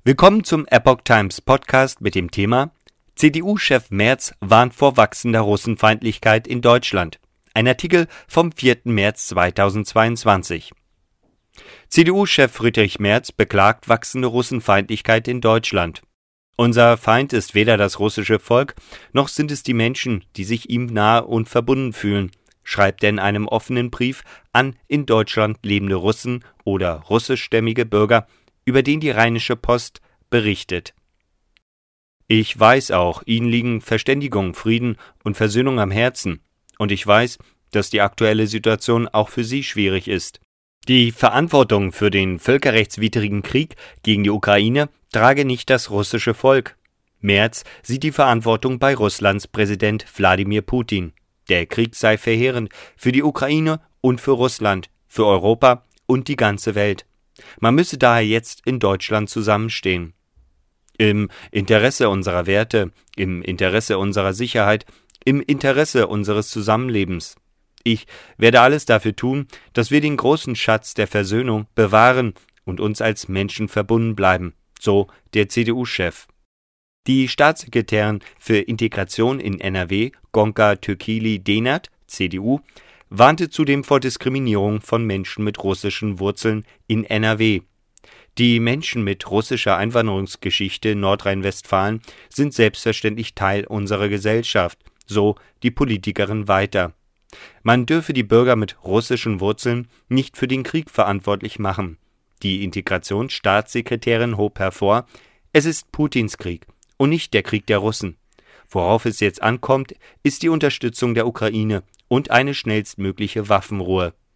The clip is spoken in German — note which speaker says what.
Speaker 1: Willkommen zum Epoch Times Podcast mit dem Thema CDU-Chef Merz warnt vor wachsender Russenfeindlichkeit in Deutschland. Ein Artikel vom 4. März 2022. CDU-Chef Friedrich Merz beklagt wachsende Russenfeindlichkeit in Deutschland. Unser Feind ist weder das russische Volk, noch sind es die Menschen, die sich ihm nahe und verbunden fühlen, schreibt er in einem offenen Brief an in Deutschland lebende Russen oder russischstämmige Bürger, über den die Rheinische Post berichtet. Ich weiß auch, Ihnen liegen Verständigung, Frieden und Versöhnung am Herzen. Und ich weiß, dass die aktuelle Situation auch für Sie schwierig ist. Die Verantwortung für den völkerrechtswidrigen Krieg gegen die Ukraine trage nicht das russische Volk. Merz sieht die Verantwortung bei Russlands Präsident Wladimir Putin. Der Krieg sei verheerend für die Ukraine und für Russland, für Europa und die ganze Welt. Man müsse daher jetzt in Deutschland zusammenstehen. Im Interesse unserer Werte, im Interesse unserer Sicherheit, im Interesse unseres Zusammenlebens. Ich werde alles dafür tun, dass wir den großen Schatz der Versöhnung bewahren und uns als Menschen verbunden bleiben, so der CDU-Chef. Die Staatssekretärin für Integration in NRW, Gonca Türkili-Dehnert, CDU, warnte zudem vor Diskriminierung von Menschen mit russischen Wurzeln in NRW. Die Menschen mit russischer Einwanderungsgeschichte in Nordrhein-Westfalen sind selbstverständlich Teil unserer Gesellschaft, so die Politikerin weiter. Man dürfe die Bürger mit russischen Wurzeln nicht für den Krieg verantwortlich machen. Die Integrationsstaatssekretärin hob hervor, es ist Putins Krieg und nicht der Krieg der Russen. Worauf es jetzt ankommt, ist die Unterstützung der Ukraine und eine schnellstmögliche Waffenruhe.